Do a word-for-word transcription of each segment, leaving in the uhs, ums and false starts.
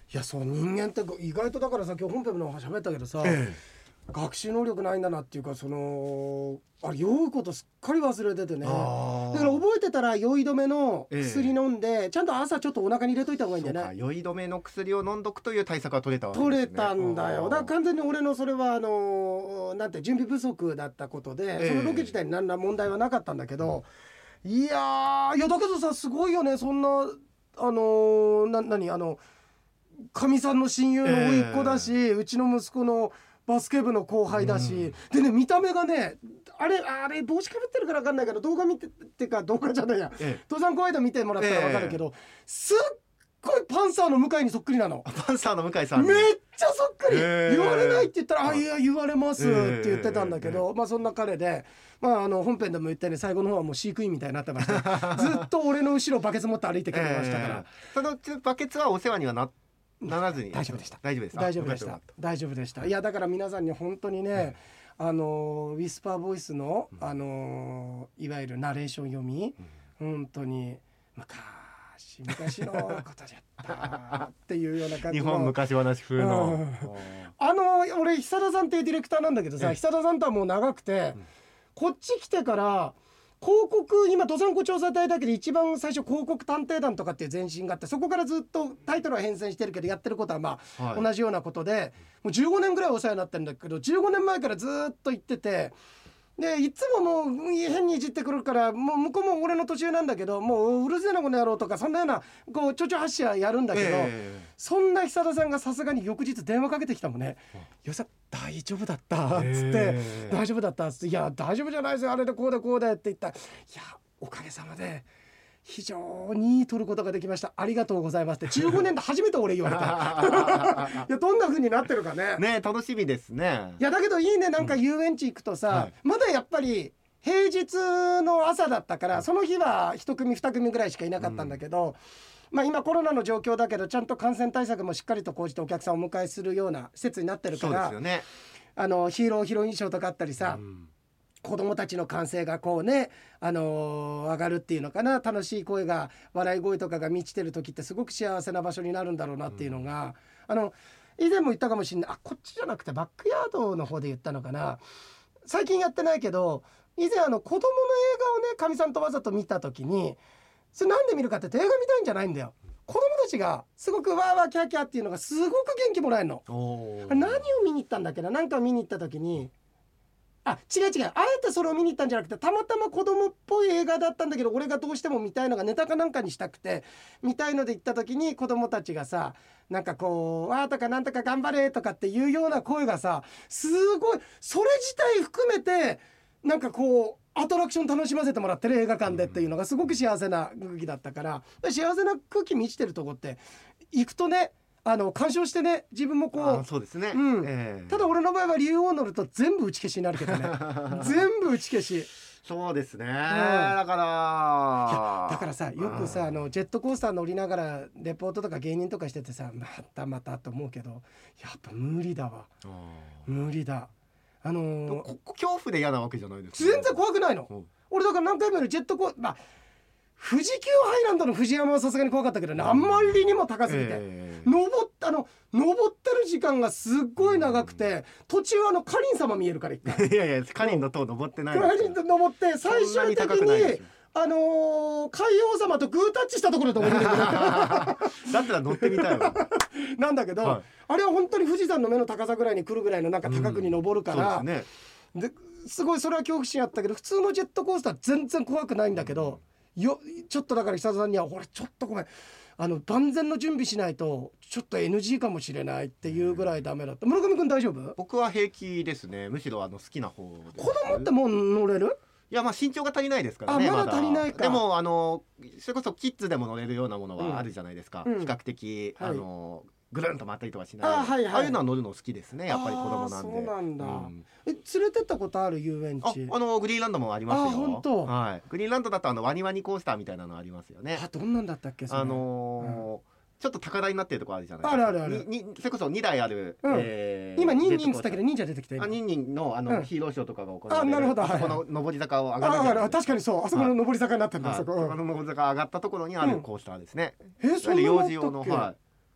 いやそう人間って意外とだからさ今日本編の話喋ったけどさ、ええ学習能力ないんだなっていうかそのあれ酔うことすっかり忘れててねだから覚えてたら酔い止めの薬飲んで、ええ、ちゃんと朝ちょっとお腹に入れといた方がいいんだよね。 そうか酔い止めの薬を飲んどくという対策が取れたわけですね。 取れたんだよ。だから完全に俺のそれはあのなんて準備不足だったことで、ええ、そのロケ自体に何ら問題はなかったんだけど、うん、いやいやだけどさすごいよねそんなあのな何あのかみさんの親友の甥っ子だし、えー、うちの息子のバスケ部の後輩だし、うん、でね見た目がねあれあれ帽子かぶってるから分かんないけど動画見てってか動画じゃないや、えー、登山公園で見てもらったら分かるけど、えー、すっごいパンサーの向井にそっくりなの。 パンサーの向井さんめっちゃそっくり、えー、言われないって言ったらあいや言われますって言ってたんだけど、えー、まあそんな彼でまあ、あの本編でも言ったように最後の方はもう飼育員みたいになってましたずっと俺の後ろバケツ持って歩いてくれましたから、えー、 そのバケツはお世話にはなってならずに大丈夫でした大丈夫でした大丈夫でした大丈夫でしたいやだから皆さんに本当にね、うん、あのウィスパーボイスの、うん、あのいわゆるナレーション読み、うん、本当に昔昔のことじゃったっていうような感じの日本昔話風の、うん、 あの俺久田さんっていうディレクターなんだけどさ久田さんとはもう長くて、うん、こっち来てから広告今登山口調査隊だけで一番最初広告探偵団とかっていう前身があってそこからずっとタイトルは変遷してるけどやってることはまあ同じようなことで、もうじゅうごねんぐらいお世話になってるんだけどじゅうごねんまえからずっと行っててでいつももう変にいじってくるからもう向こうも俺の年上なんだけどもううるせえなこの野郎とかそんなようなこうちょちょ発信やるんだけど、えー、そんな久田さんがさすがに翌日電話かけてきたもんね。よさ大丈夫だったっつって、えー、大丈夫だったっつっていや大丈夫じゃないですよあれでこうでこうでって言ったらいやおかげさまで非常に取ることができましたありがとうございますってじゅうごねんで初めて俺言われたいやどんな風になってるかねね楽しみですね。 いやだけどいいねなんか遊園地行くとさ、うんはい、まだやっぱり平日の朝だったからその日は一組二組ぐらいしかいなかったんだけど、うんまあ、今コロナの状況だけどちゃんと感染対策もしっかりと講じてお客さんをお迎えするような施設になってるから、 そうですよね、 あのヒーローヒロイン賞とかあったりさ、うん子供たちの歓声がこうね、あのー、上がるっていうのかな楽しい声が笑い声とかが満ちてる時ってすごく幸せな場所になるんだろうなっていうのが、うん、あの以前も言ったかもしれないあこっちじゃなくてバックヤードの方で言ったのかな最近やってないけど以前あの子供の映画をねかみさんとわざと見た時にそれなんで見るかって言って映画見たいんじゃないんだよ。子供たちがすごくわーわーキャーキャーっていうのがすごく元気もらえるの。何を見に行ったんだっけななんか見に行った時にあ違う違うあえてそれを見に行ったんじゃなくてたまたま子供っぽい映画だったんだけど俺がどうしても見たいのがネタかなんかにしたくて見たいので行った時に子供たちがさなんかこうわーとかなんとか頑張れとかっていうような声がさすごいそれ自体含めてなんかこうアトラクション楽しませてもらってる映画館でっていうのがすごく幸せな空気だったから幸せな空気満ちてるとこって行くとねあの鑑賞してね自分もこうそうですね、 うんえー、 ただ俺の場合は竜王乗ると全部打ち消しになるけどね全部打ち消しそうですね、うん、だからいやだからさよくさあのジェットコースター乗りながらレポートとか芸人とかしててさまたまたと思うけどやっぱ無理だわ無理だあのー、 恐怖で嫌なわけじゃないですか。 全然怖くないの、うん、俺だから何回もやるジェットコースター、まあ、富士急ハイランドの藤山はさすがに怖かったけどね、あんまりにも高すぎて、えー、登ったの登ってる時間がすっごい長くて、うん、途中あのカリン様見えるから一回いやいやカリンの塔登ってないカリンと登って最終的にあのー、海王様とグータッチしたところで登るだったら乗ってみたいわなんだけど、はい、あれは本当に富士山の目の高さぐらいに来るぐらいのなんか高くに登るから、うんそうですね、ですごいそれは恐怖心あったけど普通のジェットコースター全然怖くないんだけど、うん、よちょっとだから久田さんには俺ちょっとごめんあの万全の準備しないとちょっと エヌジー かもしれないっていうぐらいダメだった。村上くん大丈夫？ 僕は平気ですね。むしろあの好きな方です。 子供ってもう乗れる？ いやまあ身長が足りないですからね。 あまだ足りないか。 でもあのそれこそキッズでも乗れるようなものはあるじゃないですか、うん、比較的、うん、あの、はいぐるんと回ったりとかしない あ,、はいはい、ああいうのは乗るの好きですねやっぱり子供なんで。 そうなんだ、うん、え連れてったことある遊園地？ ああのグリーンランドもありますよ。 あ本当、 はい、グリーンランドだとあのワニワニコースターみたいなのありますよね。 あどんなんだったっけそれ？ あのーうんちょっと高台になってるところあるじゃないですか。 あるあるある。 ににそれこそにだいある、 うんえー、今ニンニンってったけど忍者出てきてあニンニンのあの、うん、ヒーローショーとかが行われるあなるほど、 あそこの上り坂を上がるじゃないですか。 あ確かにそうあそこの上り坂になってるんだ、 はい、 そこ、 うん、あの上り坂上がったところにあるコースターですね、 うん、えー、そんなのあったっけ？ 幼児用の、はい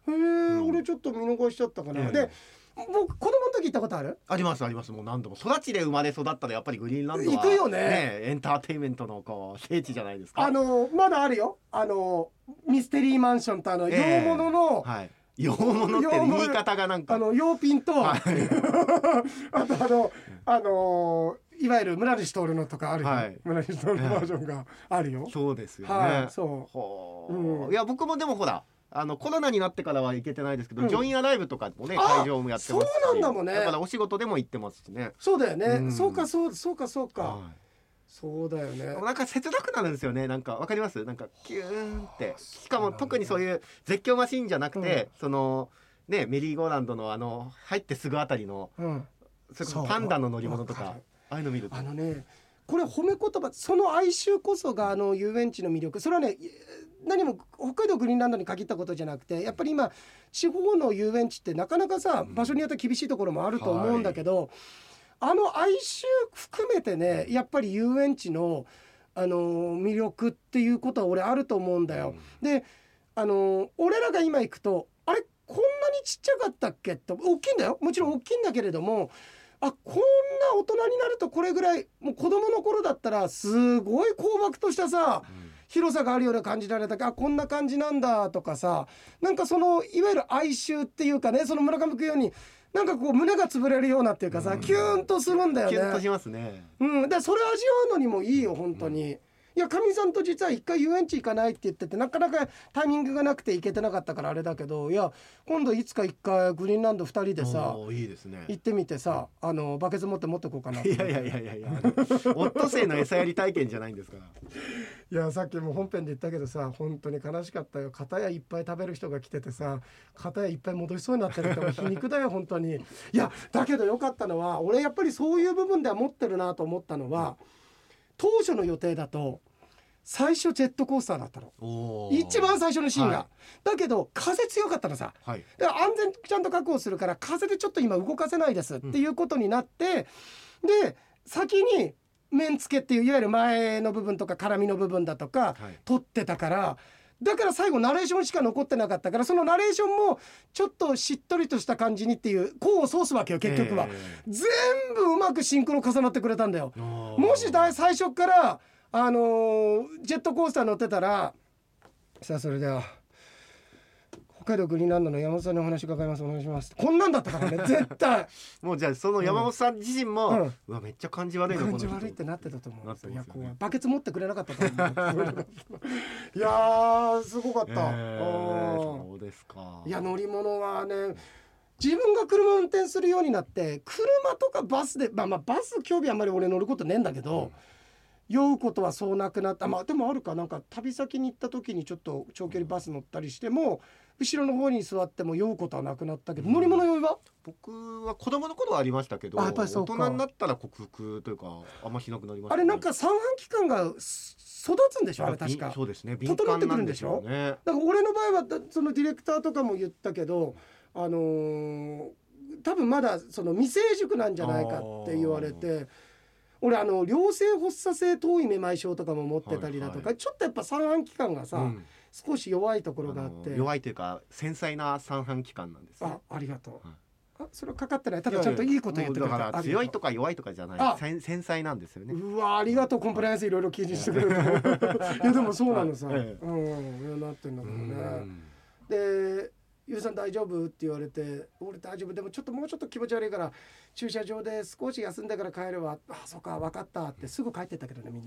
へえ、うん、俺ちょっと見逃しちゃったかな、えー、で僕子供の時行ったことある？ ありますあります。もう何度も育ちで生まれ育ったらやっぱりグリーンランドは行くよね。 ね、エンターテインメントのこう聖地じゃないですか。 あのまだあるよ、あのミステリーマンションとあの、えー、洋物の、 はい、洋物って言い方がなんかあの洋ピンと、はい、あとあのあのいわゆる村西徹のとかあるよ、はい、村西徹バージョンがあるよ、 えー、そうですよね、 はい、そう、 うん、いや僕もでもほらあのコロナになってからは行けてないですけど、うん、ジョインアライブとかもね会場もやってますし、 そうなんだもんね。 だからお仕事でも行ってますしね。 そうだよね、うん、そうかそうそうかそうか、はい、そうだよね。 なんか切なくなるんですよね。なんかわかります？なんかキューンって、しかも特にそういう絶叫マシーンじゃなくて、うん、そのねメリーゴーランドのあの入ってすぐあたりの、うん、それこそパンダの乗り物とかああいうの見ると、 あのねこれ褒め言葉、その哀愁こそがあの遊園地の魅力。それはね何も北海道グリーンランドに限ったことじゃなくて、やっぱり今地方の遊園地ってなかなかさ場所によって厳しいところもあると思うんだけど、はい、あの哀愁含めてねやっぱり遊園地の、あのー、魅力っていうことは俺あると思うんだよ、うん、で、あのー、俺らが今行くとあれこんなにちっちゃかったっけって、大きいんだよもちろん大きいんだけれども、あこんな大人になるとこれぐらい、もう子供の頃だったらすごい高額としたさ、うん、広さがあるような感じられたけど、あこんな感じなんだとかさ、なんかそのいわゆる哀愁っていうかね、その村上君ようになんかこう胸が潰れるようなっていうかさ、うん、キューンとするんだよね。 キュンとしますね。 うん、だからそれ味わうのにもいいよ本当に、うん、いやかみさんと実は一回遊園地行かないって言っててなかなかタイミングがなくて行けてなかったからあれだけど、いや今度いつか一回グリーンランドふたりでさいいですね、 行ってみてさ、あのバケツ持って持ってこうかな。 いやいやいやいやいやオットセイの餌やり体験じゃないんですから。 いやさっきも本編で言ったけどさ本当に悲しかったよ。片やいっぱい食べる人が来ててさ、片やいっぱい戻しそうになってるって皮肉だよ本当に。いやだけどよかったのは、俺やっぱりそういう部分では持ってるなと思ったのは、当初の予定だと最初ジェットコースターだったの、一番最初のシーンが、はい、だけど風強かったのさ、はい、だから安全ちゃんと確保するから風でちょっと今動かせないですっていうことになって、うん、で先に面付けっていういわゆる前の部分とか絡みの部分だとか、はい、撮ってたから、だから最後ナレーションしか残ってなかったから、そのナレーションもちょっとしっとりとした感じにっていう功を奏すわけよ結局は、えー、全部うまくシンクロ重なってくれたんだよ。もし最初からあのー、ジェットコースター乗ってたらさあ、それでは北海道グリーンランドの山本さんにお話伺います、お願いします、こんなんだったからね絶対もうじゃあその山本さん自身も、うん、うわめっちゃ感じ悪いの、 感じ悪いってなってたと思うんですよ。いやこうバケツ持ってくれなかったと思ういやーすごかった、えー、そうですか。 いや乗り物はね、自分が車を運転するようになって車とかバスで、まあまあバス興味あんまり俺乗ることねえんだけど、うん、酔うことはそうなくなった。まあでもあるか、なんか旅先に行った時にちょっと長距離バス乗ったりしても後ろの方に座っても酔うことはなくなったけど、うん、乗り物酔いは僕は子供の頃はありましたけど、大人になったら克服というかあんましなくなりました、ね、 あれなんか三半規管が育つんでしょあれ確か。 そうですね、 敏感なんでしょ。だから俺の場合はそのディレクターとかも言ったけど、あのー、多分まだその未成熟なんじゃないかって言われて、俺あの良性発作性頭位めまい症とかも持ってたりだとか、はいはい、ちょっとやっぱ三半規管がさ、うん、少し弱いところがあって、 弱いというか繊細な三半規管なんです、ね、 あ、ありがとう、はい、あそれはかかってない。ただちゃんといいこと言ってくれた。 だから強いとか弱いとかじゃない、繊細なんですよね。 うわありがとう、コンプライアンスいろいろ記事してくれるいやでもそうなのさ、はい、うんなってんだけどね。でゆうさん大丈夫って言われて、俺大丈夫、でもちょっともうちょっと気持ち悪いから駐車場で少し休んでから帰るわ。あそうか分かったってすぐ帰ってったけどねみんな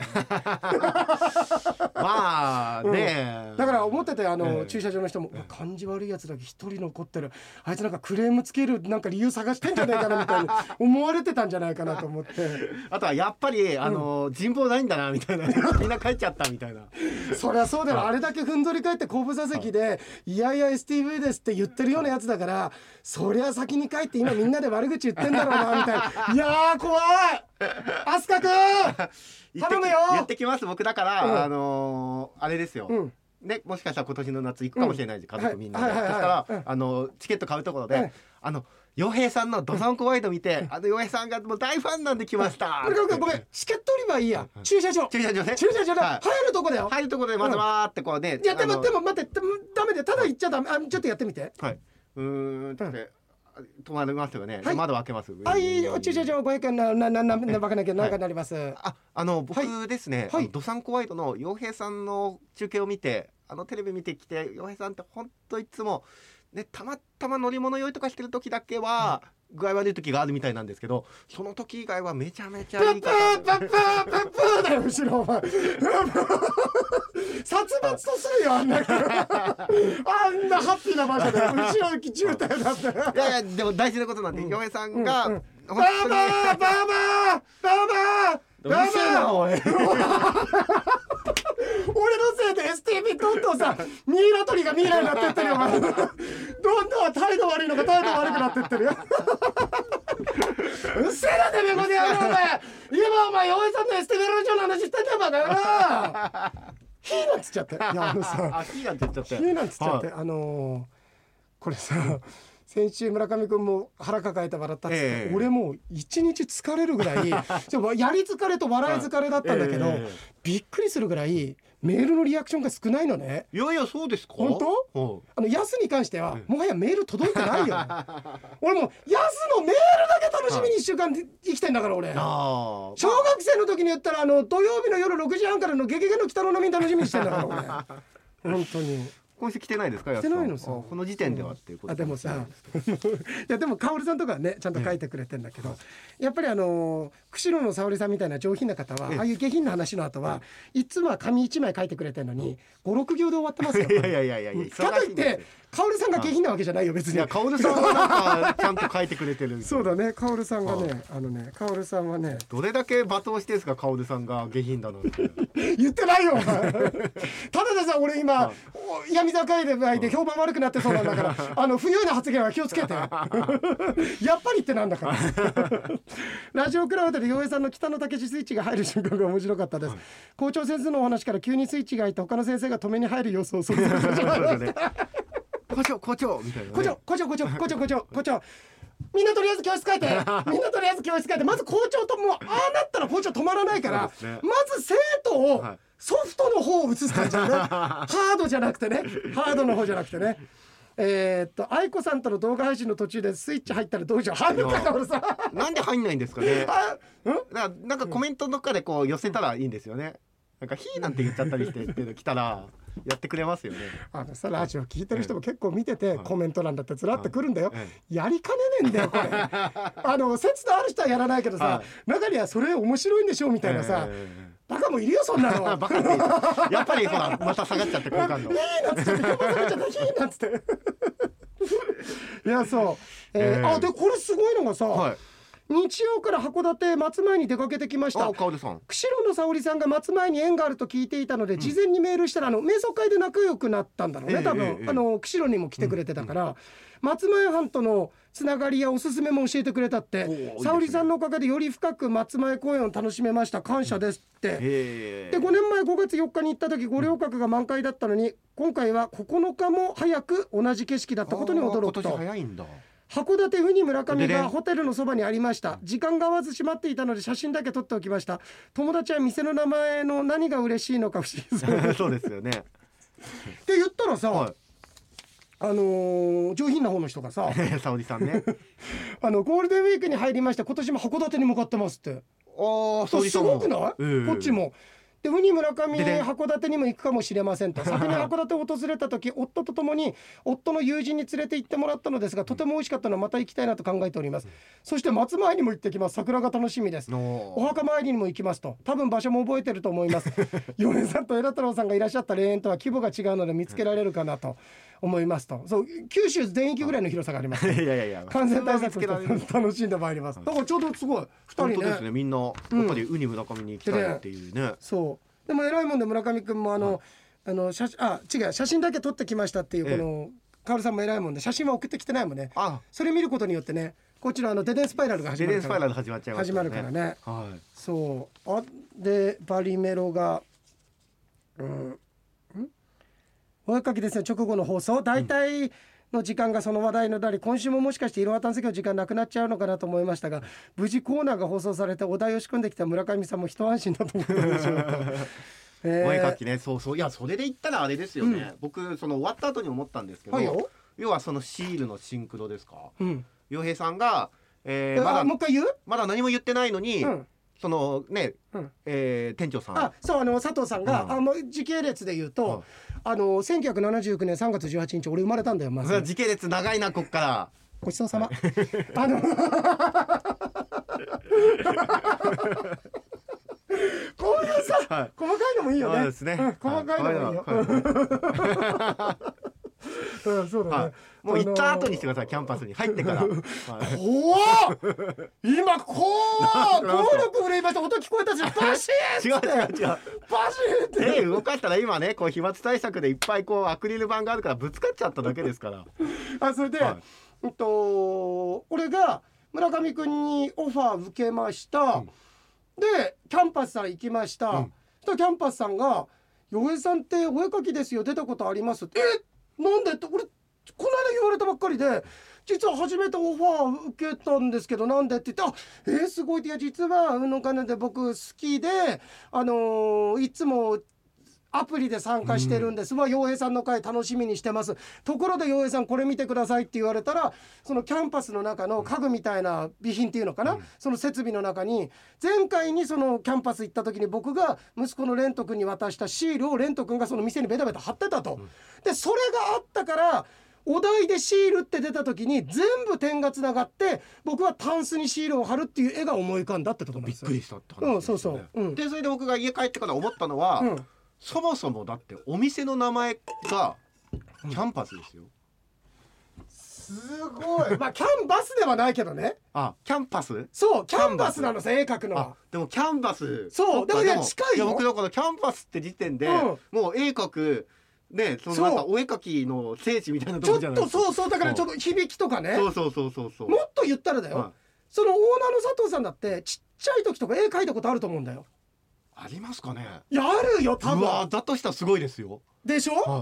まあね、 うん、だから思っててあの、えー、駐車場の人も、えー、感じ悪いやつだけ一人残ってる、あいつなんかクレームつけるなんか理由探してんじゃないかなみたいに思われてたんじゃないかなと思ってあとはやっぱりあの、うん、人望ないんだなみたいなみんな帰っちゃったみたいなそりゃそうだよ、あれだけふんぞり返って後部座席でいやいや エスティーブイ ですって言ってるようなやつだから、そりゃ先に帰って今みんなで悪口言ってんだろうなみたいな。いやー怖い飛鳥くん頼むよ言ってきます。僕だから、うん、あのー、あれですよ、うんね、もしかしたら今年の夏行くかもしれないし、うん、家族みんなで、はいはいはいはい、そしたら、うん、あのチケット買うところで、うん、あの洋平さんのドサンコワイド見て、あの洋平さんがもう大ファンなんで来ました。 ごめんごめん、チケット売り場いいや、駐車場駐車場ね、 駐車場だ、入るとこだよ。 入るとこでまずわーってこうね、 いやでもでも待って、ダメで、ただ行っちゃダメ。あ、ちょっとやってみて。 はい、うーんって止まりますよね。窓開けます。 はい、駐車場ごひゃくえんなななななわかんないけどなんかなります。 あ、あの僕ですね、ドサンコワイドの洋平さんの中継を見て、あのテレビ見てきて、洋平さんって本当いつもね、たまたま乗り物酔いとかしてる時だけは具合悪い時があるみたいなんですけど、その時以外はめちゃめちゃいい方。 パッパーパッパーパッパーだよ後ろお前。殺伐とするよあんなあんなハッピーな場所で後ろ渋滞だった。 いやいやでも大事なことなんで、洋平さんが本当にバーバーバーバーバーバーバー俺のせいで エスティービー どんどんさミイラ取りがミイラになってってるよお前。どんどん態度悪いのが態度悪くなってってるよ。うっせえなてめえこの野郎お前。今お前洋平さんの エスティービー ラジオの話してんだよバカ野郎。ヒーなんつっちゃって。いやあのさヒーなんつっちゃって。 ヒーなんつっちゃって、あのこれさ先週村上くんも腹抱えて笑ったっつって、えー、俺もう一日疲れるぐらいやり疲れと笑い疲れだったんだけど、えー、びっくりするぐらいメールのリアクションが少ないのね。 いやいやそうですか。 本当？あのヤスに関してはもはやメール届いてないよ。俺もヤスのメールだけ楽しみにいっしゅうかんで生きてんだから俺。小学生の時に言ったらあの土曜日の夜ろくじはんからのゲゲゲの鬼太郎のみ楽しみにしてんだから俺。本当に。 今週来てないですか。 来てないのさ。 この時点ではっていうこと。 あでもさいやでもカオルさんとかねちゃんと書いてくれてんだけど、やっぱりあの釧路の沙織さんみたいな上品な方はああいう下品な話の後はいつもは紙一枚書いてくれてるのにごろく行で終わってますよ。 いやいやいやいやいや。 かといってカオルさんが下品なわけじゃないよ別に。いやカオルさんはなんかちゃんと書いてくれてる。 そうだねカオルさんがねあのねカオルさんはねどれだけ罵倒してんすかカオルさんが下品だなんて。 言ってないよお前。ただでさ俺今闇境で評判悪くなってそうなんだからあの不用意な発言は気をつけて。やっぱりってなんだから。ラジオクラウドで洋平さんの北野武スイッチが入る瞬間が面白かったです、はい、校長先生のお話から急にスイッチが入って他の先生が止めに入る様子を想像してしまいました。 校長校長みたいな、ね、 校長校長校長校長校長校長みんなとりあえず教室帰ってみんなとりあえず教室帰ってまず校長ともうああなったら校長止まらないから、ね、まず生徒を、はい、ソフトの方を移す感じだね。ハードじゃなくてねハードの方じゃなくてね。えー、っと愛子さんとの動画配信の途中でスイッチ入ったらどうしよう。入るかか俺さなんで入んないんですかね。なんかなんかコメントの中でこう寄せたらいいんですよね。なんかヒーなんて言っちゃったりしてっていうの来たらやってくれますよね。あのさラジオ聞いてる人も結構見てて、コメント欄だってずらってくるんだよ、やりかねねえんだよこれ。あの節度ある人はやらないけどさ、中にはそれ面白いんでしょみたいなさ、バカもいるよそんなの。バカってやっぱりほらまた下がっちゃって好感度。いいなっつって評判下がっちゃったいいなっつって。いやそう、えー、あでこれすごいのがさ、はい、日曜から函館松前に出かけてきました。 釧路の沙織さんが松前に縁があると聞いていたので、うん、事前にメールしたらあの瞑想会で仲良くなったんだろうね、えー、多分、えー、あの釧路にも来てくれてたから、うんうん、松前藩とのつながりやおすすめも教えてくれたって。沙織さんのおかげでより深く松前公園を楽しめました、感謝ですって、うん、でごねんまえごがつよっかに行った時五稜郭が満開だったのに、今回はここのかも早く同じ景色だったことに驚くと。 今年早いんだ。 函館ウニ村上がホテルのそばにありました。時間が合わず閉まっていたので写真だけ撮っておきました。友達は店の名前の何が嬉しいのか不思議そうそうですよね。 って言ったらさ、はい、あのー、上品な方の人がさ沙織さんねあのゴールデンウィークに入りまして今年も函館に向かってますって。 ああすごくない、えー、こっちもでウニ村上函館にも行くかもしれませんと。先に函館を訪れた時夫と共に夫の友人に連れて行ってもらったのですが、とても美味しかったのでまた行きたいなと考えております。そして松前にも行ってきます。桜が楽しみです。お墓参りにも行きますと。多分場所も覚えてると思います。米さんと枝太郎さんがいらっしゃった霊園とは規模が違うので見つけられるかなと思いますと。そう九州全域ぐらいの広さがあります、ね、いやいやいや感染対策として楽しんでまいります。だからちょうどすごいふたりね。 本当ですね、みんなやっぱりウニ村上に行きたいっていうね、うん、 そうでも偉いもんで村上くんもあの、はい、あの写あ違う写真だけ撮ってきましたっていうこのカオルさんも偉いもんで写真は送ってきてないもんね。あそれ見ることによってねこっちのあのデデンスパイラルが始まるから、デデンスパイラル始まっちゃいますね、始まるからね、はい、そうあでバリメロがうんお絵かきですね直後の放送だいたいの時間がその話題のなり、今週ももしかしていろは探索の時間なくなっちゃうのかなと思いましたが、無事コーナーが放送されてお題を仕込んできた村上さんも一安心だと思うんでしょうか。えー、 お絵描きね、そうそう、いやそれで言ったらあれですよね、うん、僕その終わった後に思ったんですけど、はい、要はそのシールのシンクロですか、洋、うん、平さんが、えー、まだもう一回言うまだ何も言ってないのに、うん、そのね、うんえー、店長さんあそうあの佐藤さんが、うん、あの時系列で言うと、うん、あのせんきゅうひゃくななじゅうきゅうねんさんがつじゅうはちにち俺生まれたんだよ。まず時系列長いなこっからごちそうさまあのこういうさ、はい、細かいのもいいよね。そうですね、うん、細かいのもいいよ、はい、うん、そうだね、はい、 もう行った後にしてください、キャンパスに入ってから、はい、 怖っ今こう暴力振るいました。音聞こえたしバシーって、違う違う違うバシーって手動かしたら今ねこう飛沫対策でいっぱいこうアクリル板があるからぶつかっちゃっただけですからあそれで、はい、うんと俺が村上くんにオファー受けました、うん、でキャンパスさん行きました、うん、そしたらキャンパスさんが洋平さんってお絵描きですよ出たことありますって、えなんでって俺この間言われたばっかりで、実は初めてオファー受けたんですけどなんでって言って、あえー、すごいって、いや実はうんのかねで僕好きであのー、いつもアプリで参加してるんです、うん、まあ洋平さんの回楽しみにしてます。ところで洋平さんこれ見てくださいって言われたら、そのキャンパスの中の家具みたいな備品っていうのかな、うん、その設備の中に前回にそのキャンパス行った時に僕が息子のレント君に渡したシールをレント君がその店にベタベタ貼ってたと、うん、でそれがあったからお題でシールって出た時に全部点がつながって僕はタンスにシールを貼るっていう絵が思い浮かんだってことなんですよ。 びっくりしたって話ですよね、うん、そうそう、うん、でそれで僕が家帰ってから思ったのは、うん、そもそもだってお店の名前がキャンパスですよ、 うん、すごいまあキャンバスではないけどね。 あキャンパスそうキャンバスなのさ絵描くのは。 でもキャンバスそうでもいや近いよ。 いや僕だからキャンパスって時点で、うん、もう絵描くね、そのなんかお絵描きの聖地みたいなところじゃないですか。ちょっとそうそうだからちょっと響きとかね、 そうそうそうそうそうもっと言ったらだよ、はい、そのオーナーの佐藤さんだってちっちゃい時とか絵描いたことあると思うんだよ。 ありますかね。 いやあるよ多分。うわだとしたらすごいですよ。 でしょ、はい、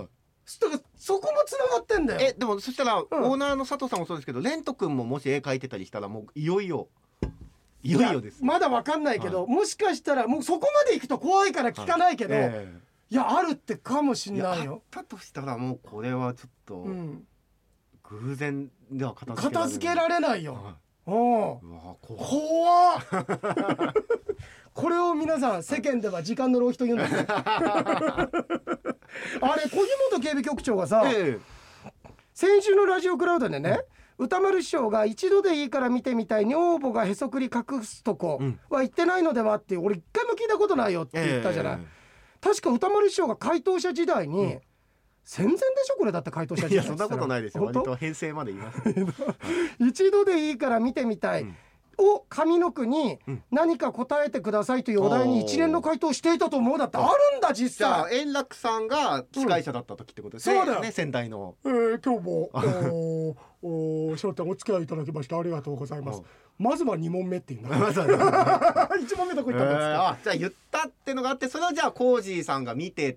だからそこもつながってんだよ。 えでもそしたら、うん、オーナーの佐藤さんもそうですけどレント君ももし絵描いてたりしたらもういよいよいよいよです。 まだわかんないけど、はい、もしかしたらもうそこまで行くと怖いから聞かないけど、はいえーいやあるってかもしんないよ。 あったとしたらもうこれはちょっと、うん、偶然では片付けられない。 片付けられないよ、はい、おうわ怖っこれを皆さん世間では時間の浪費と言うんだねあれ小木本警備局長がさ、ええ、先週のラジオクラウドでね、うん、歌丸師匠が一度でいいから見てみたい女房がへそくり隠すとこは言ってないのではって俺一回も聞いたことないよって言ったじゃない、ええ確か歌丸師匠が回答者時代に、うん、戦前でしょこれだって回答者時代。 いやそんなことないですよ。割と平成まで言います一度でいいから見てみたい、うんを上の句に何か答えてくださいというお題に一連の回答をしていたと思う。だってあるんだ実際。 じゃあ円楽さんが司会者だった時ってことですね、うん、そうだよね先代の、 えー、今日もおお笑点お付き合いいただきましてありがとうございます。まずはに問目っていうのまずはいち問目どこ行ったんですか、えー、 あじゃあ言ったってのがあってそれをじゃあコージーさんが見てって、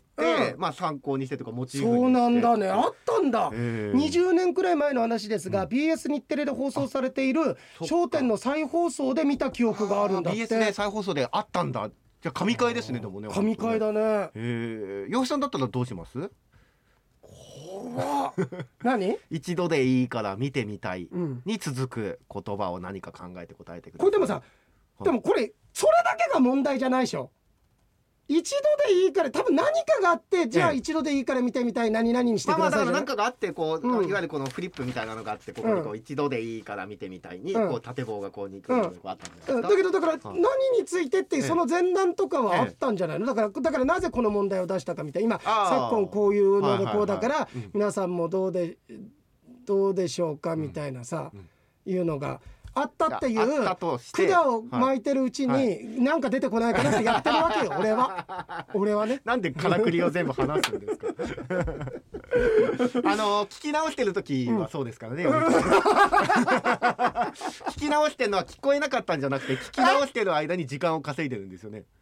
うん、まあ参考にしてとかモチーフにして。 そうなんだねあったんだ、えー、にじゅうねんくらい前の話ですが、うん、ビーエス 日テレで放送されている笑点の再放送で見た記憶があるんだって。 ビーエス で再放送であったんだ。じゃあ神回ですね。でもね神回だね。 えー、洋平さんだったらどうします？ 怖何一度でいいから見てみたいに続く言葉を何か考えて答えてください。 これでもさ、でもこれそれだけが問題じゃないでしょ。一度でいいから多分何かがあってじゃあ一度でいいから見てみたい何々にしてください。まあまあだから何かがあってこう、うん、いわゆるこのフリップみたいなのがあってここにこう、うん、一度でいいから見てみたいに、うん、こう縦棒がこうにこうあったんじゃないですか、うん、 だけどだから何についてってその前段とかはあったんじゃないの。だからだからなぜこの問題を出したかみたいな今昨今こういうのでこうだから、はいはいはい、皆さんもどうでどうでしょうかみたいなさ、うん、いうのがあったっていう管を巻いてるうちになんか出てこないかなってやってるわけよ俺は俺はね。 なんでからくりを全部話すんですかあの聞き直してる時はそうですからね、うん、聞き直してるのは聞こえなかったんじゃなくて聞き直してる間に時間を稼いでるんですよね。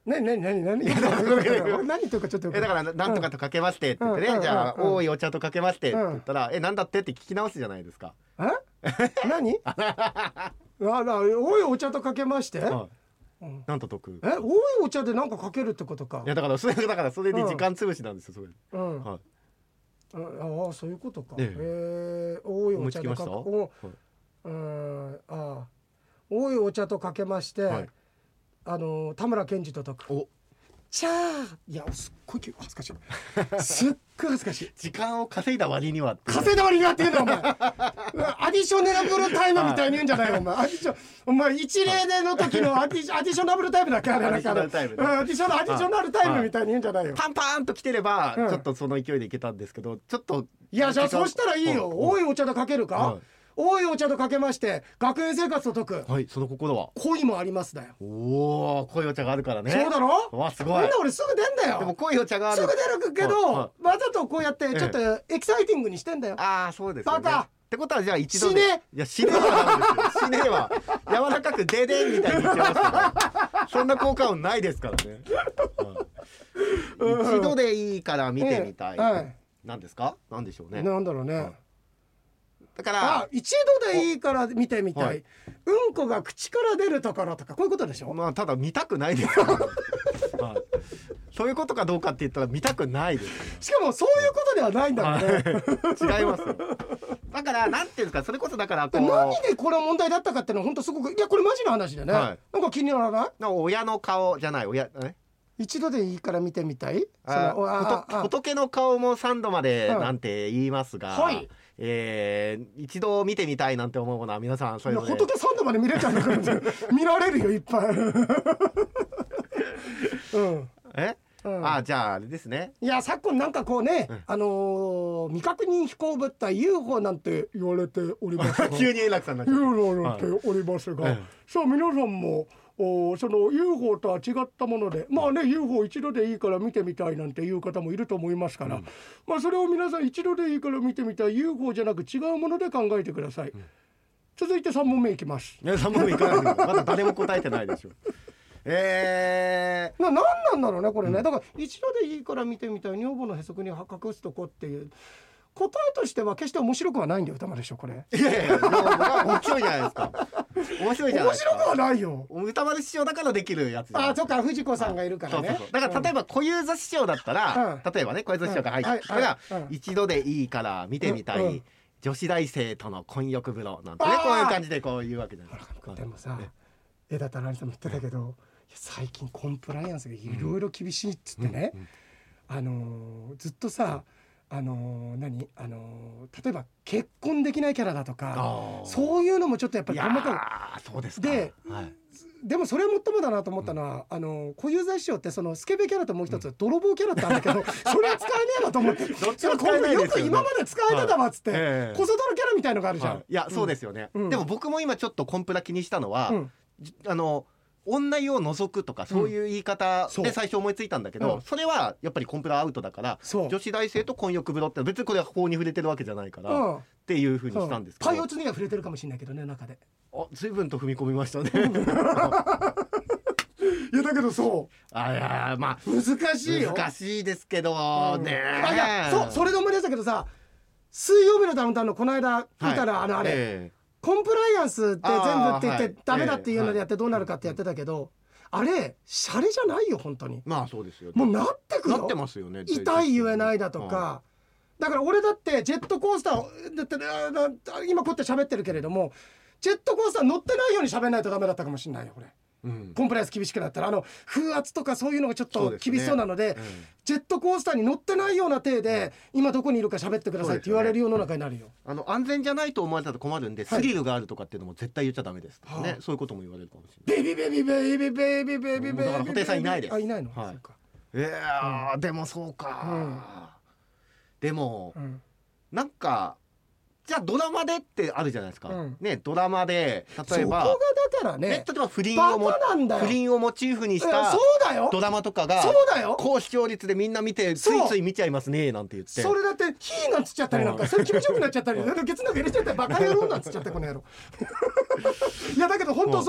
何何何何何何とかちょっとえだからなんとかとかけましてって言ってね、うん、じゃあ、うん、多いお茶とかけましてって言ったら、うん、えなんだってって聞き直すじゃないですか。 え何あら多いお茶とかけまして、はいうん、なんと解くえ多いお茶でなんかかけるってことか。 いやだからそれだからそれで時間潰しなんですよそれ、 うんはい、ああそういうことか、ええー、多いお茶とかけお、はい、うんあ多いお茶とかけまして、はい、あの田村健二と解くおチャーいやすっごい恥ずかしいすっごい恥ずかしい時間を稼いだ割には稼いだ割にはって言うんだお前アディショナブルタイムみたいに言うんじゃないよお前アディショお前一例での時のアディショアディショナブルタイムだっけあれなんかアディショナルタイム、ね、アディショナアディショナルタイムみたいに言うんじゃないよ。 パンパンと来てれば、うん、ちょっとその勢いでいけたんですけどちょっといやじゃあそうしたらいいよ多いお茶とかけるか、はい多いお茶とかけまして学園生活と解くはいその心は恋もありますだよ。 おお濃いお茶があるからね。 そうだろわすごい。 なんだ俺すぐ出んだよ。 でも濃いお茶があるすぐ出るけど、はいはい、わざとこうやってちょっとエキサイティングにしてんだよ。 ああそうですよね。 バカってことはじゃあ一度で死ねいや死ねはなんですよ死ねは柔らかくデデンみたいに言ってますからそんな効果音ないですからね、うん、一度でいいから見てみたい、ええはい、なんですかなんでしょうね。 なんだろうね、はいだからあ一度でいいから見てみたい、はい、うんこが口から出るところとかこういうことでしょ。 まあただ見たくないですから、はい、そういうことかどうかって言ったら見たくないです。 しかもそういうことではないんだよね、はい、 違いますよ。だからなんていうんですかそれこそだからこう何でこれ問題だったかっていうのは本当すごくいやこれマジな話でね、はい、なんか気にならない。 なんか親の顔じゃない親え一度でいいから見てみたい。 あそのああ仏の顔も三度までなんて言いますが、はいえー、一度見てみたいなんて思うのは皆さんそれぞれ仏三度まで見れちゃうんだから見られるよいっぱい、 うん、え、うん、あじゃああれですね。 いや昨今なんかこうね、うん、あのー、未確認飛行物体 ユーフォー なんて言われておりますが急に円楽さんになっちゃった言われておりますが、はい、さあ皆さんもおその ユーフォー とは違ったものでまあね ユーフォー 一度でいいから見てみたいなんていう方もいると思いますから、うん、まあそれを皆さん一度でいいから見てみたい ユーフォー じゃなく違うもので考えてください、うん、続いてさん問目いきます。 いやさん問目いかないまだ誰も答えてないでしょえー、 な何なんだろうねこれね、うん、だから一度でいいから見てみたい女房のへそくに隠すとこっていう答えとしては決して面白くはないんだよ歌丸師匠これ。 いやいやいや面白いじゃないですか面白いじゃないですか。 面白くはないよ歌丸師匠だからできるやつ。 ああそっか藤子さんがいるからね。そうそうそうだから例えば小遊三師匠だったら、うん、例えばね小遊三師匠が入ってたら、うんはいはい、一度でいいから見てみたい、うんうん、女子大生との混浴風呂なんてねこういう感じでこういうわけじゃないですか。 でもさ枝田さんも言ってたけど、うん、最近コンプライアンスがいろいろ厳しいっつってね、うんうんうん、あのー、ずっとさあのー、何あのー、例えば結婚できないキャラだとかそういうのもちょっとやっぱり細かいそうですかで、はい、でもそれはもっともだなと思ったのは、うん、あのー、小遊三師匠ってそのスケベキャラともう一つ、うん、泥棒キャラってあるんだけどそれは使えねえなと思ってどっちも使えないですよね。よく今まで使えてたわっつって、はいえー、小外のキャラみたいのがあるじゃん、はい、 いやそうですよね、うん、でも僕も今ちょっとコンプラ気にしたのは、うん、あの女湯を除くとかそういう言い方で最初思いついたんだけど、うん、それはやっぱりコンプラアウトだから女子大生と混浴風呂って別にこれは法に触れてるわけじゃないから、うん、っていう風にしたんですけど開発には触れてるかもしれないけどね中であ随分と踏み込みましたねいやだけどそうあいやまあ難しいよ難しいですけど、うん、ねあいやそうそれで思い出したけどさ水曜日のダウンタウンのこの間見たら、はい、あのあれ、えーコンプライアンスって全部って言って、はい、ダメだっていうのでやってどうなるかってやってたけど、はい、あれシャレじゃないよ本当に。 まあそうですよ、ね、 もうなってくよ。 なってますよね。 痛い言えないだとか、はい、だから俺だってジェットコースターだって今こうやって喋ってるけれどもジェットコースター乗ってないように喋んないとダメだったかもしれないよこれ。うん、コンプライアンス厳しくなったらあの風圧とかそういうのがちょっと厳しそうなの で, で、ねうん、ジェットコースターに乗ってないような体で、うん、今どこにいるか喋ってくださいって言われる世の中になるよ。 あの安全じゃないと思われたら困るんで、はい、スリルがあるとかっていうのも絶対言っちゃダメです、ねはあ、そういうことも言われるかもしれない。 ベイビーベイビーベイビーベイビーベイビーベイビーだから布袋さんいないです。 あいないの、 はい、 そうかいや、うん、でもそうか、うん、でも、うん、なんかじゃあドラマでってあるじゃないですか、うん、ねドラマで例えばそこがだからね、 例えば不倫をも不倫をモチーフにしたドラマとかが高視聴率でみんな見てついつい見ちゃいますねなんて言ってそれだってヒーなんつっちゃったりなんかそれ気持ちよくなっちゃったりケツなんか入れちゃったりバカ野郎なんつっちゃってこの野郎いやだけど本当そう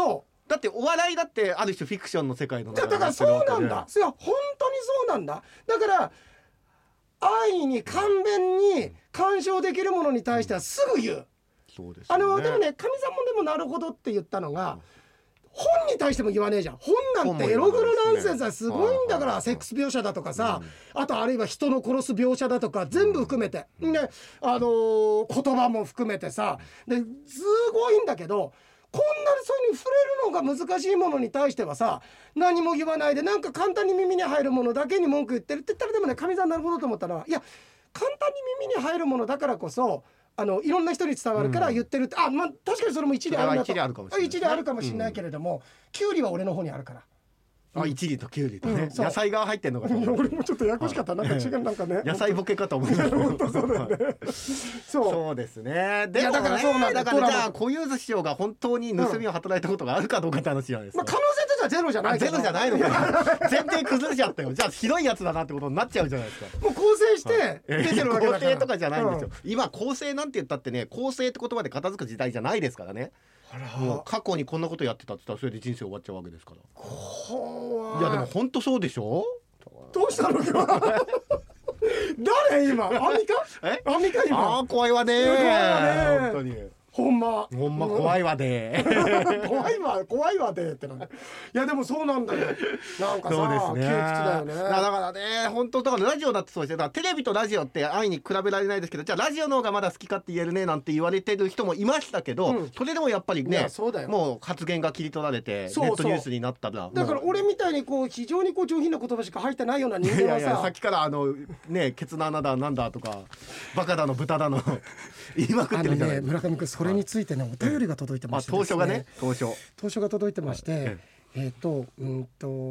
だってお笑いだってある種フィクションの世界の中だからそうなんだ。それは本当にそうなんだ。だから安易に簡便に干渉できるものに対してはすぐ言う。 そうですよね、 あのでもね、かみさんもでもなるほどって言ったのが、本に対しても言わねえじゃん。本なんてエログロナンセンスはすごいんだから、セックス描写だとかさ、あとあるいは人の殺す描写だとか全部含めて、であのー言葉も含めてさ、ですごいんだけど、こんなにそういうふうに触れるのが難しいものに対してはさ、何も言わないでなんか簡単に耳に入るものだけに文句言ってるって言ったら、でもね、かみさんなるほどと思ったのは、いや簡単に耳に入るものだからこそあのいろんな人に伝わるから言ってるって、うん、あ、まあ確かにそれも一理あるなと、 一理あるかもしれない、 一理あるかもしれないけれども、きゅうりは俺の方にあるから。 あ、一理ときゅうりとね、 うん、 野菜が入ってんのかと思う。 俺もちょっとややこしかった、なんか違う、なんかね野菜ボケかと思いました。 本当そうだよねそうそうですね。でもね、 だからそうなんだ。 だからじゃあ小遊三師匠が本当に盗みを働いたことがあるかどうかって話じゃないですか。 まあ、可能性としてはゼロじゃないけど。 ゼロじゃないのかな。前提崩れちゃったよ。じゃあひどいやつだなってことになっちゃうじゃないですか。 もう構成して出てるわけだから。 構成とかじゃないんですよ、うん、今構成なんて言ったってね、構成って言葉で片付く時代じゃないですからね。もう過去にこんなことやってたって言ったらそれで人生終わっちゃうわけですから。 怖い。 いやでも本当そうでしょ。 どうしたの誰今アンミカえアンミカ今。 あー怖いわね怖いわね本当にほんまほんま怖いわで怖いわ怖いわでってなんだ。いやでもそうなんだよ。なんかさ、 そうですね、 窮屈だよね。 だからね、本当だからラジオだってそうですよ。だからテレビとラジオって安易に比べられないですけど、じゃあラジオの方がまだ好きかって言えるねなんて言われてる人もいましたけど、うん、それでもやっぱりね、もう発言が切り取られてそうそうネットニュースになったら、 だから俺みたいにこう非常にこう上品な言葉しか入ってないような人間はさ、いやいやさっきからあのね、ケツの穴だなんだとかバカだの豚だの言いまくってるじゃないですか。 あのね、村上君それについてね、お便りが届いてましてですね、 当初がね、当初当初が届いてまして、はい、えっ、ー、とうん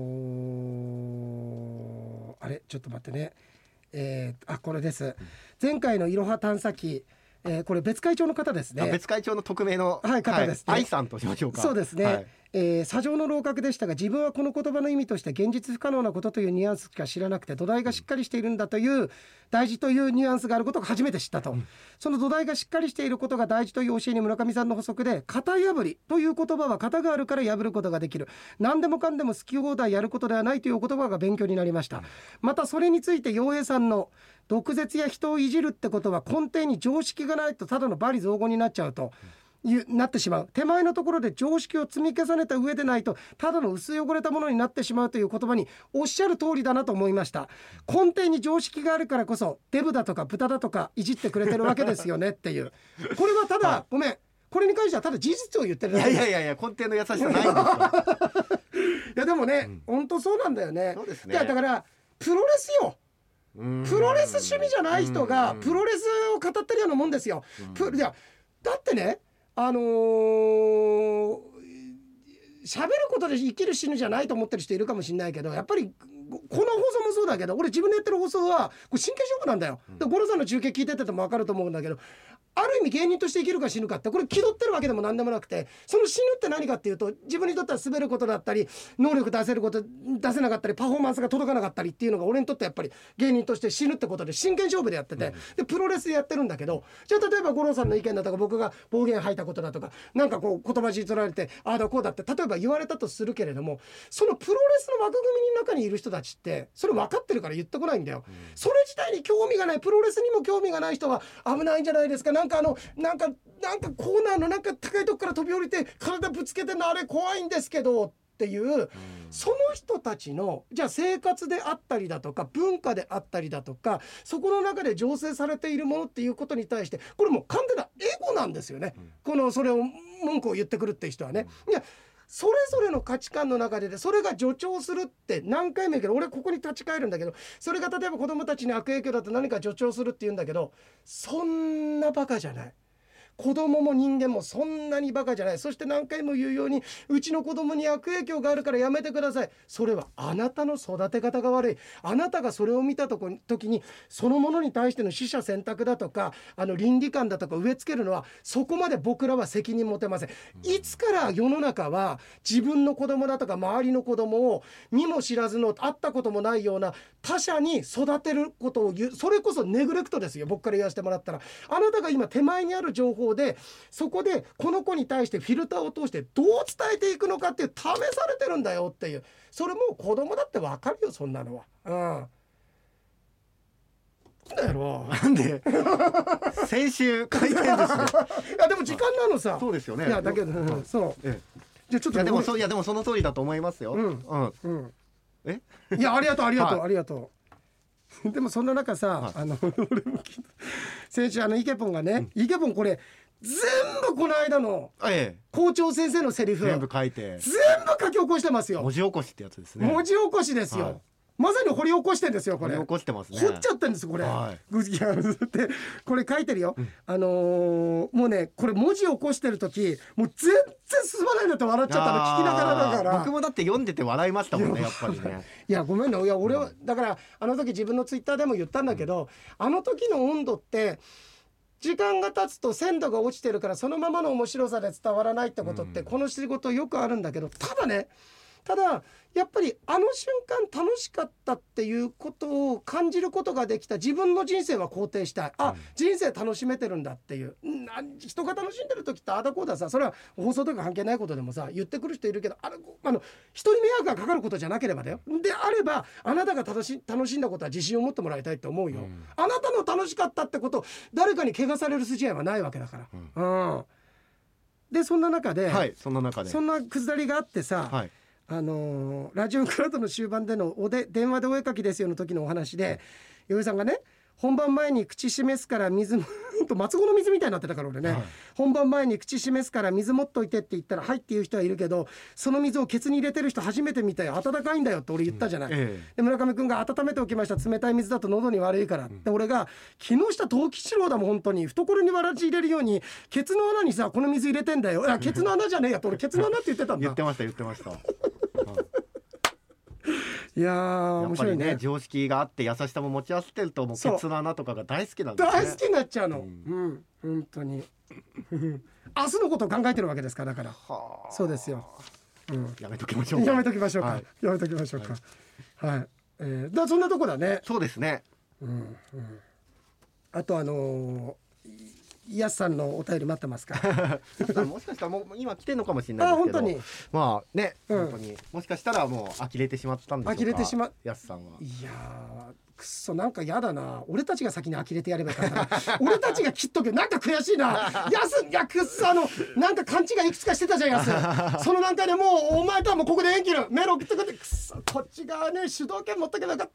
とあれちょっと待ってね、えー、あこれです、うん、前回のいろは探査機、えー、これ別会長の方ですね。 別会長の匿名の、 はい、方ですね。 愛さんとしましょうか。 そうですね、 はい、 えー、砂上の楼閣でしたが、自分はこの言葉の意味として現実不可能なことというニュアンスしか知らなくて、土台がしっかりしているんだという、うん、大事というニュアンスがあることを初めて知ったと、うん、その土台がしっかりしていることが大事という教えに村上さんの補足で、型破りという言葉は型があるから破ることができる、何でもかんでも好き放題やることではないという言葉が勉強になりました、うん、またそれについて陽平さんの毒舌や人をいじるってことは根底に常識がないとただの罵詈雑言になっちゃうと、なってしまう。手前のところで常識を積み重ねた上でないとただの薄汚れたものになってしまうという言葉におっしゃる通りだなと思いました。根底に常識があるからこそデブだとか豚だとかいじってくれてるわけですよねっていう。これはただ、はい、ごめん、これに関してはただ事実を言ってるだけ。 いやいやいや、根底の優しさないんですよいやでもね、うん、本当そうなんだよね。 そうですね。 いやだからプロレスよ、プロレス趣味じゃない人がプロレスを語ってるようなもんですよ。プいやだってね、あのー、喋ることで生きる死ぬじゃないと思ってる人いるかもしれないけど、やっぱりこの放送もそうだけど、俺自分でやってる放送はこれ真剣勝負なんだよ。で五郎さんの中継聞いてても分かると思うんだけど、ある意味芸人として生きるか死ぬかってこれ気取ってるわけでも何でもなくて、その死ぬって何かっていうと、自分にとっては滑ることだったり能力出せること出せなかったりパフォーマンスが届かなかったりっていうのが俺にとってやっぱり芸人として死ぬってことで真剣勝負でやってて、でプロレスでやってるんだけど、じゃあ例えば五郎さんの意見だとか僕が暴言吐いたことだとかなんかこう言葉尻取られてああだこうだって例えば言われたとするけれども、そのプロレスの枠組みの中にいる人たちってそれ分かってるから言ってこないんだよ、うん、それ自体に興味がない、プロレスにも興味がない人は危ないんじゃないですか。なんかあのなんかなんかコーナーのなんか高いとこから飛び降りて体ぶつけてのあれ怖いんですけどっていう、うん、その人たちのじゃあ生活であったりだとか文化であったりだとか、そこの中で醸成されているものっていうことに対してこれもう完全なエゴなんですよね、うん、このそれを文句を言ってくるっていう人はね、うん、いやそれぞれの価値観の中ででそれが助長するって何回も言うけど、俺ここに立ち返るんだけど、それが例えば子供たちに悪影響だと何か助長するって言うんだけど、そんなバカじゃない。子供も人間もそんなにバカじゃない。そして何回も言うように、うちの子供に悪影響があるからやめてください。それはあなたの育て方が悪い。あなたがそれを見たとこ時にそのものに対しての取捨選択だとかあの倫理観だとか植え付けるのはそこまで僕らは責任持てません。いつから世の中は自分の子供だとか周りの子供を見も知らずの会ったこともないような他者に育てることを言う、それこそネグレクトですよ。僕から言わせてもらったら、あなたが今手前にある情報方でそこでこの子に対してフィルターを通してどう伝えていくのかっていう試されてるんだよっていう、それもう子供だって分かるよそんなのは。うんなんだよなんで先週回転寿司でいやでも時間なのさ。 そうですよね。 いやだけど、うん、そう、ええ、じゃあちょっといやでもそういやでもその通りだと思いますよ。 うんうんうん、 えいやありがとうありがとう、はい、ありがとうでもそんな中さ、はい、あの俺も先週あのイケポンがね、うん、イケポンこれ全部この間の校長先生のセリフ全部書いて全部書き起こしてますよ。 文字起こしってやつですね。 文字起こしですよ、はい、まさに掘り起こしてんですよこれ。 掘り起こしてますね。 掘っちゃったんですこれ、はい、いやってこれ書いてるよ、うん、あのー、もうねこれ文字起こしてる時もう全然進まないんだって笑っちゃったの聞きながらだから。 僕もだって読んでて笑いましたもんねやっぱりね。 いやごめんね、いや俺はだからあの時自分のツイッターでも言ったんだけど、うん、あの時の温度って時間が経つと鮮度が落ちてるからそのままの面白さで伝わらないってことってこの仕事よくあるんだけど、ただねただやっぱりあの瞬間楽しかったっていうことを感じることができた自分の人生は肯定したい。あ、うん、人生楽しめてるんだっていうな人が楽しんでる時ってあだこうださ、それは放送とか関係ないことでもさ言ってくる人いるけど、あれあの人に迷惑がかかることじゃなければだよ。であればあなたが楽し、楽しんだことは自信を持ってもらいたいって思うよ、うん、あなたの楽しかったってこと誰かに怪我される筋合いはないわけだから、うんうん、でそんな中で、 はい、そんな中でそんなくだりがあってさ、はい、あのー、ラジオクラウドの終盤でのおで電話でお絵かきですよの時のお話で洋井さんがね本番前に口示すから水も松子の水みたいになってたから俺ね、はい、本番前に口示すから水持っといてって言ったらはいっていう人はいるけどその水をケツに入れてる人初めて見たよ温かいんだよって俺言ったじゃない、うんええ、で村上くんが温めておきました冷たい水だと喉に悪いから、うん、で俺が木下藤吉郎だもん本当に懐にわらじ入れるようにケツの穴にさこの水入れてんだよ。いやケツの穴じゃねえやって俺ケツの穴って言ってたんだ言ってました言ってましたいやー面白い ね, ね常識があって優しさも持ち合わせてるともうケツの穴とかが大好きなんですね。 大好きになっちゃうの、うんうん、本当に明日のことを考えてるわけですからだからそうですよ、うん、 やめときましょうかやめときましょうか、はい、やめときましょうかはい、はい、えー、だそんなとこだね。 そうですね、 うんうん、あとあのーやすさんのお便り待ってますかもしかしたらもう今来てるのかもしれないですけど、あ本当にまあね、うん、本当にもしかしたらもう呆れてしまったんでしょうか。呆れてしまやすさんは。 いやくっそなんかやだな、俺たちが先に呆れてやればよかった俺たちが切っとけなんか悔しいなやすいやくっそあのなんか勘違いいくつかしてたじゃんやすその段階でもうお前とはもうここで縁切るメール送ってくれてくっそこっち側ね主導権持っとけばよかった。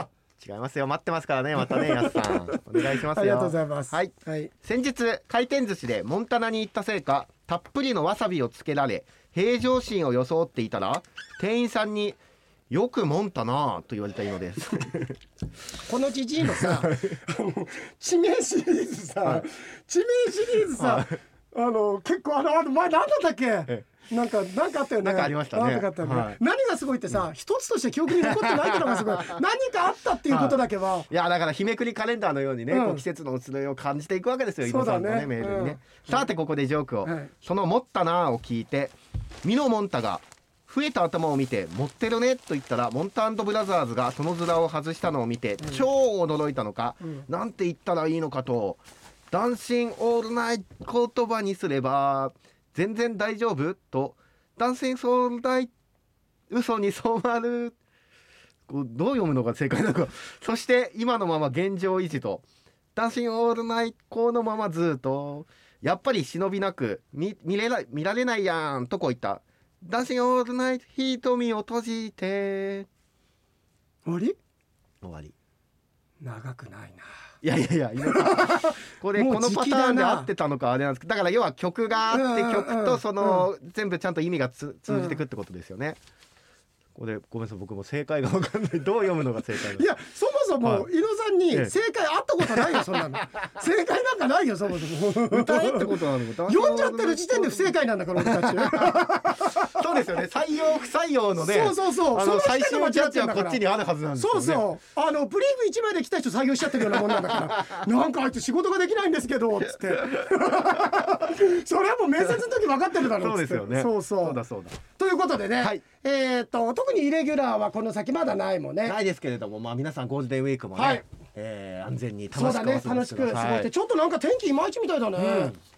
違いますよ待ってますからねまたねやすさんお願いしますよありがとうございます、 はいはい、先日回転寿司でモンタナに行ったせいかたっぷりのわさびをつけられ平常心を装っていたら店員さんによくモンタナと言われたのですこのじじいのさ地名シリーズさ、はい、地名シリーズさ、はい、あの結構あのあの前何だったっけ、ええなんかなんかあったよね。 なんかありましたね。 なんかあったよね、はい、何がすごいってさ、うん、一つとして記憶に残ってないってのがすごい。何かあったっていうことだけは。 いやだから日めくりカレンダーのようにね、うん、こう季節の移ろいを感じていくわけですよ。今さんのねメールにね。うん、さてここでジョークを、はい、その持ったなを聞いてミノモンタが増えた頭を見て持ってるねと言ったらモンタ&ブラザーズがその面を外したのを見て、うん、超驚いたのか、うん、なんて言ったらいいのかとダンシンオールナイト言葉にすれば全然大丈夫とダンシンオールナイト嘘に染まるこうどう読むのが正解なのかそして今のまま現状維持とダンシンオールナイトこのままずっとやっぱり忍びなく 見, 見, れない見られないやんとこう言ったダンシンオールナイト瞳を閉じて終わり終わり長くないな。 いやいやいやこれこのパターンで合ってたのかあれなんですけどだから要は曲があって曲とその全部ちゃんと意味がつ通じてくってことですよね。これごめんなさい僕も正解が分かんないどう読むのが正解いやそもそも井野さんに正解あったことないよそんなの正解なんかないよそもそも歌いってことなの読んじゃってる時点で不正解なんだから俺たちそうですよね採用不採用のねそうそうそうあの最終ジャッジはこっちにあるはずなんですよね。 そうそうあのブリーフいちまいで来た人採用しちゃってるようなもんなんだからなんかあいつ仕事ができないんですけどつってそれはもう面接の時分かってるだろうっつってそうですよねそうそうそうだそうだということでね、はい、えー、っと特にイレギュラーはこの先まだないもんね。 ないですけれども、まあ、皆さんゴールデンウィークもね、はいえー、安全に楽しく過ごしてください。 そうだね楽しく過ごして、ちょっとなんか天気いまいちみたいだね、うん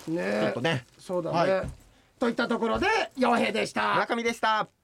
ねちょっとねそうだね、 はいといったところで陽平でした。 村上でした。